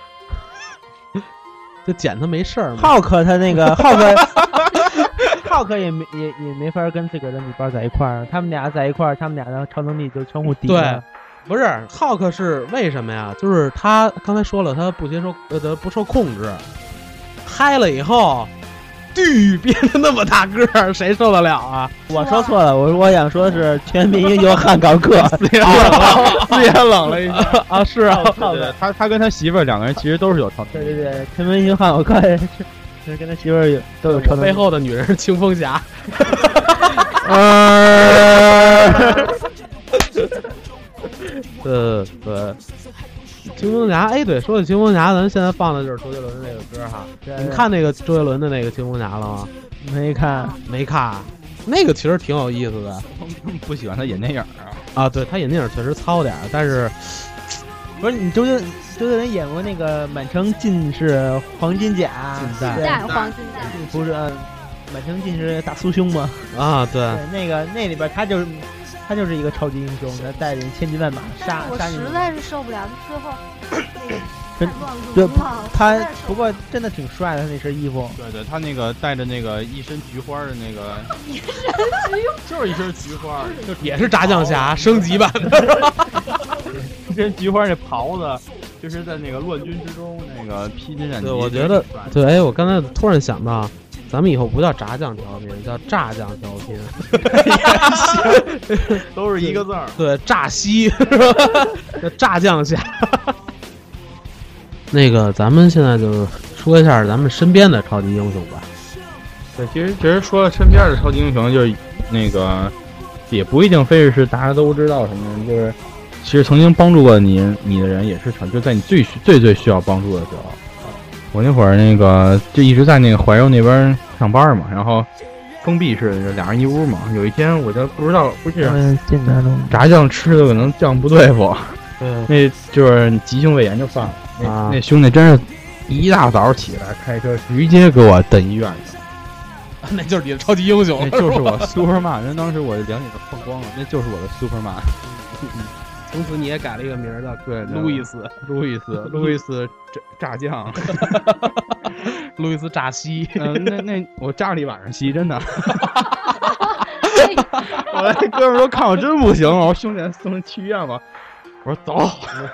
就剪他没事儿嘛。 浩克他那个浩克也没法跟自个儿的女伴在一块儿，他们俩在一块儿，他们俩的超能力就相互抵。 对，不是浩克是为什么呀？就是他刚才说了，他不受控制，嗨了以后，变得那么大个儿，谁受得了啊？ 我说错了，我想说是全民英雄汉高克， 思也冷了一下啊！是啊， 他跟他媳妇儿两个人其实都是有超能力。 对，全民英雄汉高克是跟他媳妇儿都有超能力。 背后的女人是清风侠。对。清风侠，对，说起清风侠，咱现在放的就是周杰伦的那个歌哈。你看那个周杰伦的那个清风侠了吗？ 没看。 那个其实挺有意思的。 不喜欢他演电影啊？对，他演电影确实糙点，但是不是你周杰伦演过那个《满城尽是黄金甲》？ 金代黄金甲不是满城尽是大苏兄吗？ 啊，对， 那里边他就是一个超级英雄，他带领千军万马杀我实在是受不了，最后对他不过真的挺帅的，他那身衣服。 对，他那个带着那个一身菊花的那个，就是一身菊花， 就也是炸酱侠升级版的。 一身菊花那袍子，就是在那个乱军之中那个披荆斩棘。 对，我觉得对，我刚才突然想到。咱们以后不叫炸酱调频，叫炸酱调频， 都是一个字儿。 对，炸西是吧？叫炸酱侠。那个，咱们现在就说一下咱们身边的超级英雄吧。 对，其实说了身边的超级英雄，就是那个也不一定非是大家都知道什么，就是其实曾经帮助过你的人也是就在你最需要帮助的时候。我那会儿那个就一直在那个怀柔那边上班嘛，然后封闭式的俩人一屋嘛。有一天我就不知道，不是炸酱吃的可能酱不对付，那就是急性胃炎就犯了。那兄弟真是一大早起来开车直接给我蹬医院去。 那就是你的超级英雄， 那就是我 Superman。人当时我两眼都放光了，那就是我的 Superman。 从此你也改了一个名儿叫路易斯炸酱， 路易斯炸西。 那我炸了一晚上西，真的。我那哥们说看我真不行了，我说兄弟送去医院吧。我说走。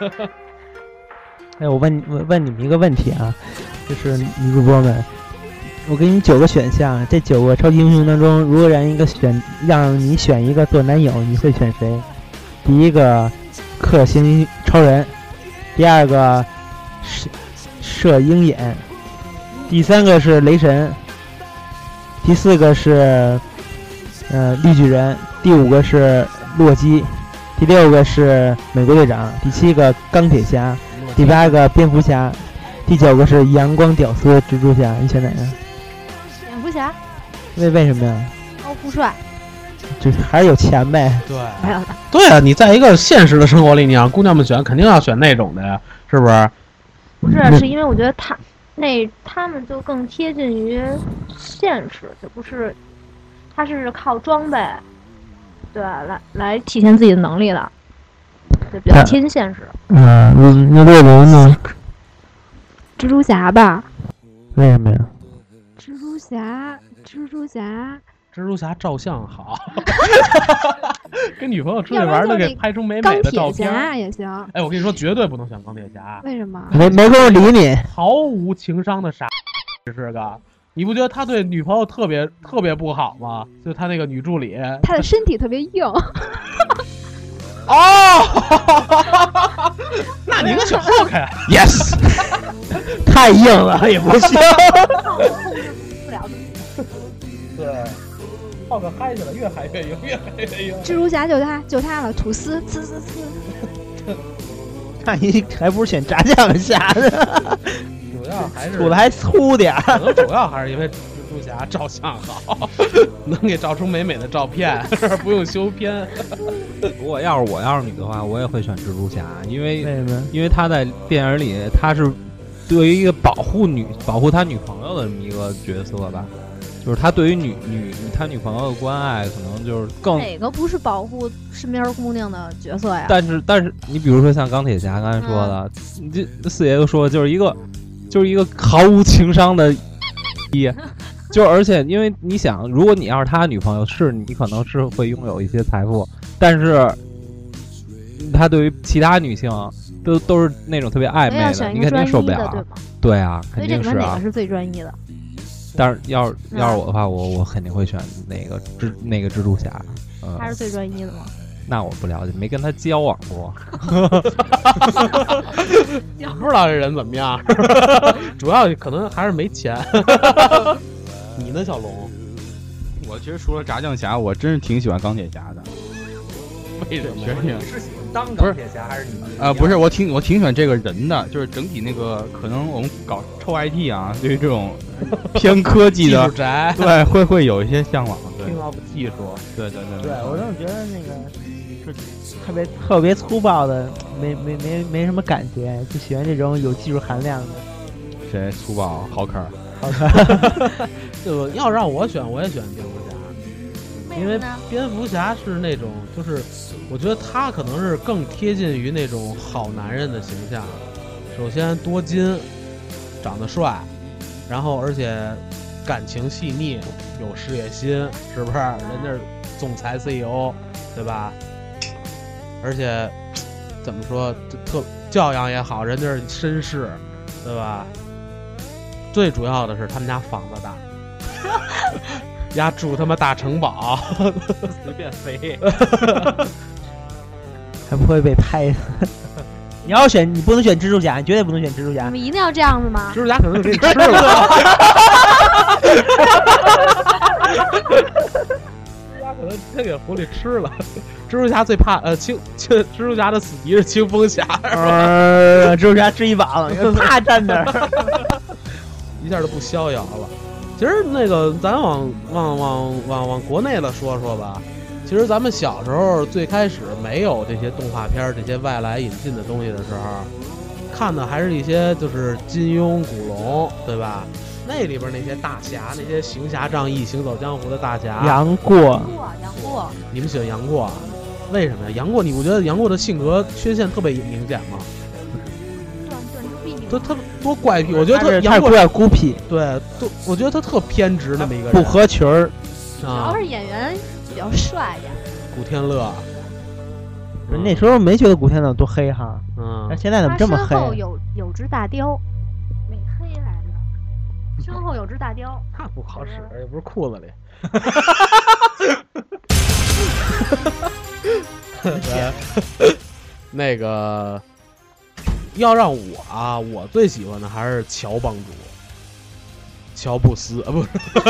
我问你们一个问题啊，就是女主播们，我给你9个选项，这9个超级英雄当中，如果让你选一个做男友，你会选谁？第一个克星超人，第二个射鹰眼，第3个是雷神，第4个是绿巨人，第5个是洛基，第6个是美国队长，第7个钢铁侠，第8个蝙蝠侠，第9个是阳光屌丝蜘蛛侠。你选哪个？ 蝙蝠侠。 为什么呀？ 高富帅。 就是还是有钱呗。 对，没有的。对啊，你在一个现实的生活里，你让姑娘们选，肯定要选那种的呀，是不是？ 不是，是因为我觉得他们就更贴近于现实，就不是，他是靠装备，对，来体现自己的能力的，就比较贴近现实。 那洛龙呢？ 蜘蛛侠吧？ 为什么呀？ 蜘蛛侠， 蜘蛛侠照相好，跟女朋友出去玩都给拍出美美的照片。 钢铁侠也行。 哎，我跟你说，绝对不能选钢铁侠。 为什么？ 没工夫理你， 毫无情商的傻，是个。你不觉得他对女朋友特别不好吗？就他那个女助理， 他的身体特别硬。 哦，那你应该选浩克 ，yes， 太硬了也不行。 不了。 对，浩克嗨起来，越嗨越硬，越嗨越硬。 蜘蛛侠就他了，吐司，呲。 那你还不如选炸酱侠呢。 主要还是吐的还粗点可能主要还是因为蜘蛛侠照相好，能给照出美美的照片，不用修片。 如果要是你的话，我也会选蜘蛛侠，因为他在电影里他是对于一个保护他女朋友的这么一个角色吧，就是他对于他女朋友的关爱可能就是更哪个不是保护身边姑娘的角色呀？ 但是你比如说像钢铁侠刚才说的，你这四爷都说就是一个毫无情商的就而且因为你想，如果你要是他女朋友，你可能是会拥有一些财富，但是他对于其他女性都是那种特别暧昧的，你肯定受不了。对啊，肯定是啊。 哪个是最专一的？ 但是要是我的话，我肯定会选那个蜘蛛侠。 他是最专一的吗？ 那我不了解，没跟他交往过。 不知道这人怎么样，主要可能还是没钱。你呢，小龙？ 我其实除了炸酱侠，我真是挺喜欢钢铁侠的。 为什么？ 你是喜欢当钢铁侠还是你？ 不是，我挺喜欢这个人的，就是整体那个可能我们搞臭 IT 啊，对于这种偏科技的技术宅， 对，会有一些向往。对， 听到技术， 对， 我总觉得那个是特别粗暴的，没什么感觉，就喜欢这种有技术含量的。 谁粗暴？浩克。 就要让我选，我也选蝙蝠侠，因为蝙蝠侠是那种，就是我觉得他可能是更贴近于那种好男人的形象。首先多金，长得帅，然后而且感情细腻，有事业心，是不是？人家是总裁 CEO， 对吧？而且怎么说，特教养也好，人家是绅士，对吧？最主要的是他们家房子大，家住他妈大城堡， 随便飞， 还不会被拍死。你不能选蜘蛛侠，你绝对不能选蜘蛛侠。 你们一定要这样子吗？ 蜘蛛侠可能就给你吃了。蜘蛛侠可能先给狐狸吃了。蜘蛛侠最怕蜘蛛侠的死敌是清风侠。 蜘蛛侠吃一把了，啪站那儿。 一下就不逍遥了。其实那个咱往国内的说吧，其实咱们小时候最开始没有这些动画片这些外来引进的东西的时候，看的还是一些就是金庸、古龙，对吧？那里边那些大侠，那些行侠仗义、行走江湖的大侠。 杨过， 你们喜欢杨过？为什么呀？杨过，你不觉得杨过的性格缺陷特别明显吗？他多怪癖，我觉得他有点孤僻， 对，我觉得他特偏执那么一个人， 不合群儿。 主要是演员比较帅呀。 古天乐， 那时候没觉得古天乐多黑哈，但现在怎么这么黑？ 身后有只大雕，没黑来着。身后有只大雕， 那不好使，也不是裤子里。那个。要让我最喜欢的还是乔帮主，乔布斯不是，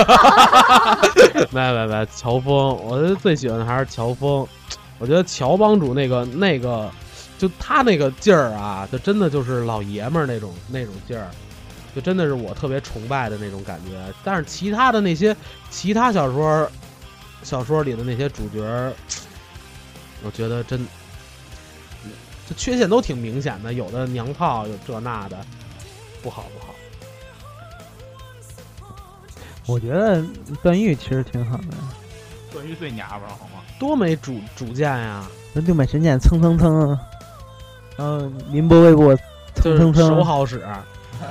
没，乔峰，我最喜欢的还是乔峰。我觉得乔帮主那个，就他那个劲儿啊，就真的就是老爷们儿那种劲儿，就真的是我特别崇拜的那种感觉。但是其他的那些其他小说里的那些主角，我觉得真。这缺陷都挺明显的，有的娘炮，有这那的，不好。 我觉得段誉其实挺好的。 段誉最娘巴好吗？ 多没主见呀！ 那六脉神剑蹭，然后凌波微步蹭， 手好使。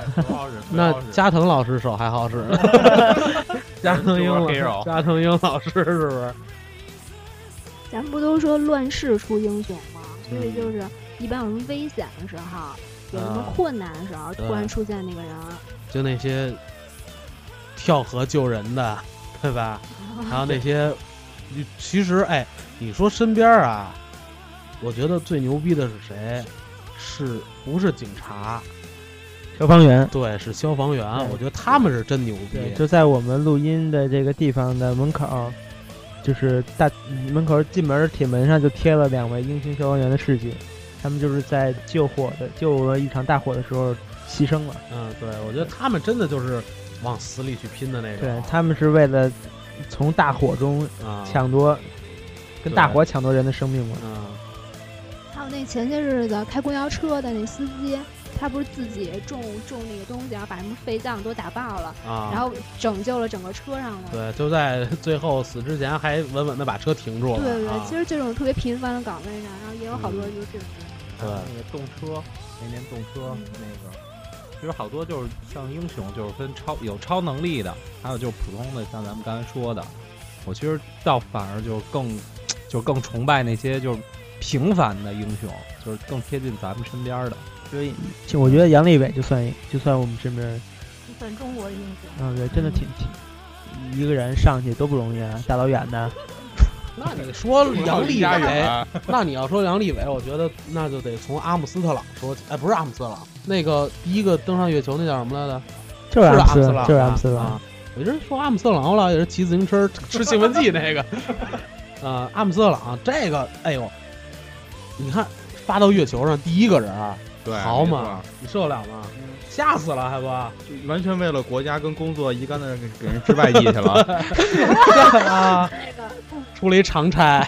那加藤老师手还好使，加藤鹰老师是不是？ 咱不都说乱世出英雄吗？所以就是一般有什么危险的时候，有什么困难的时候，突然出现那个人， 就那些跳河救人的，对吧？还有那些，其实哎，你说身边啊，我觉得最牛逼的是谁？是不是警察？ 消防员。 对，是消防员。我觉得他们是真牛逼。 就在我们录音的这个地方的门口，就是大门口进门铁门上就贴了2位英雄消防员的事迹，他们就是在救了一场大火的时候牺牲了。 对，我觉得他们真的就是往死里去拼的那种。 对，他们是为了从大火中抢夺，跟大火抢夺人的生命嘛。 还有那前些日子开公交车的那司机，他不是自己种那个东西，然后把什么废酱都打爆了，然后拯救了整个车上的。 对，就在最后死之前还稳稳的把车停住了。 对，其实这种特别频繁的岗位上，然后也有好多就是这种。 对，那个动车，那年动车那个，其实好多就是像英雄，就是分有超能力的，还有就是普通的，像咱们刚才说的。我其实倒反而就更崇拜那些就是平凡的英雄，就是更贴近咱们身边的。 所以，我觉得杨利伟就算我们身边， 就算中国的英雄。 对，真的挺一个人上去多不容易啊，大老远的。 那你说杨利伟，那你要说杨利伟，我觉得那就得从阿姆斯特朗说起。哎，不是阿姆斯特朗，那个第一个登上月球那叫什么来着？ 就是阿姆斯特朗。我一直说阿姆斯特朗，后来也是骑自行车吃兴奋剂那个。阿姆斯特朗这个，哎呦，你看发到月球上第一个人， 对， 好嘛，你受得了吗？吓死了还不？ 就完全为了国家跟工作一竿子给人支外地去了。 啊，出了一长差。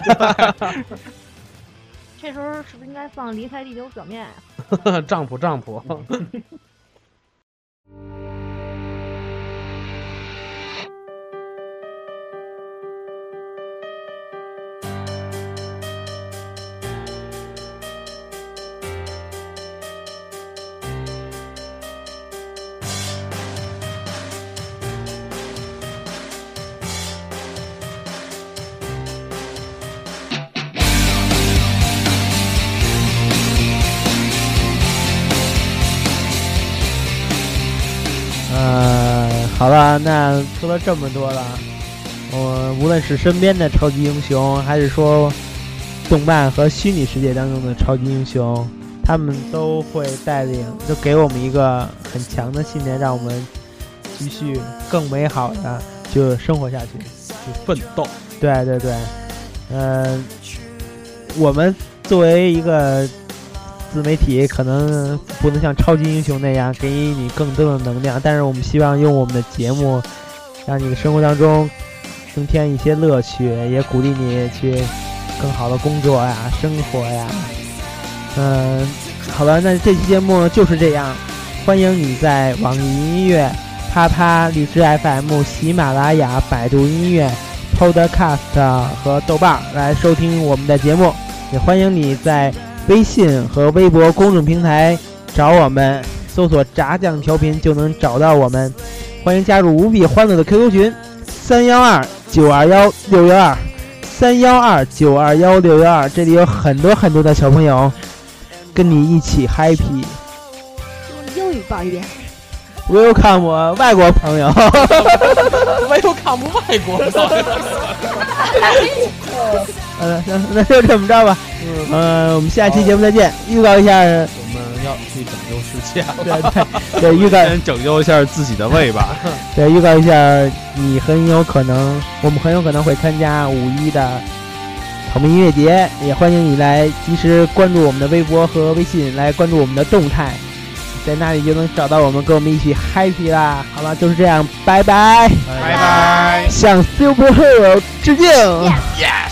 这时候是不是应该放《离开地球表面》 呀？丈夫。 好了，那说了这么多了，无论是身边的超级英雄，还是说动漫和虚拟世界当中的超级英雄，他们都会带领，都给我们一个很强的信念，让我们继续更美好的就生活下去， 去奋斗。 对，我们作为一个自媒体，可能不能像超级英雄那样给你更多的能量，但是我们希望用我们的节目让你的生活当中增添一些乐趣，也鼓励你去更好的工作呀、生活呀。好了，那这期节目就是这样，欢迎你在网易音乐、啪啪、荔枝 FM、喜马拉雅、百度音乐、Podcast 和豆瓣来收听我们的节目，也欢迎你在微信和微博公众平台找我们，搜索炸酱调频就能找到我们。欢迎加入无比欢乐的 QQ 群312-921-612 312-921-612，这里有很多很多的小朋友跟你一起 happy。 用英语报一遍。 Welcome 外国朋友。 Welcome 外国朋友。 那就这么着吧。我们下期节目再见。预告一下， 我们要去拯救世界。 对，预告先拯救一下自己的胃吧。 对，预告一下，我们很有可能会参加5·1的草莓音乐节，也欢迎你来及时关注我们的微博和微信，来关注我们的动态，在那里就能找到我们，跟我们一起 happy 啦。好了，就是这样，拜拜， 拜拜， 向 Superhero 致敬。 Yeah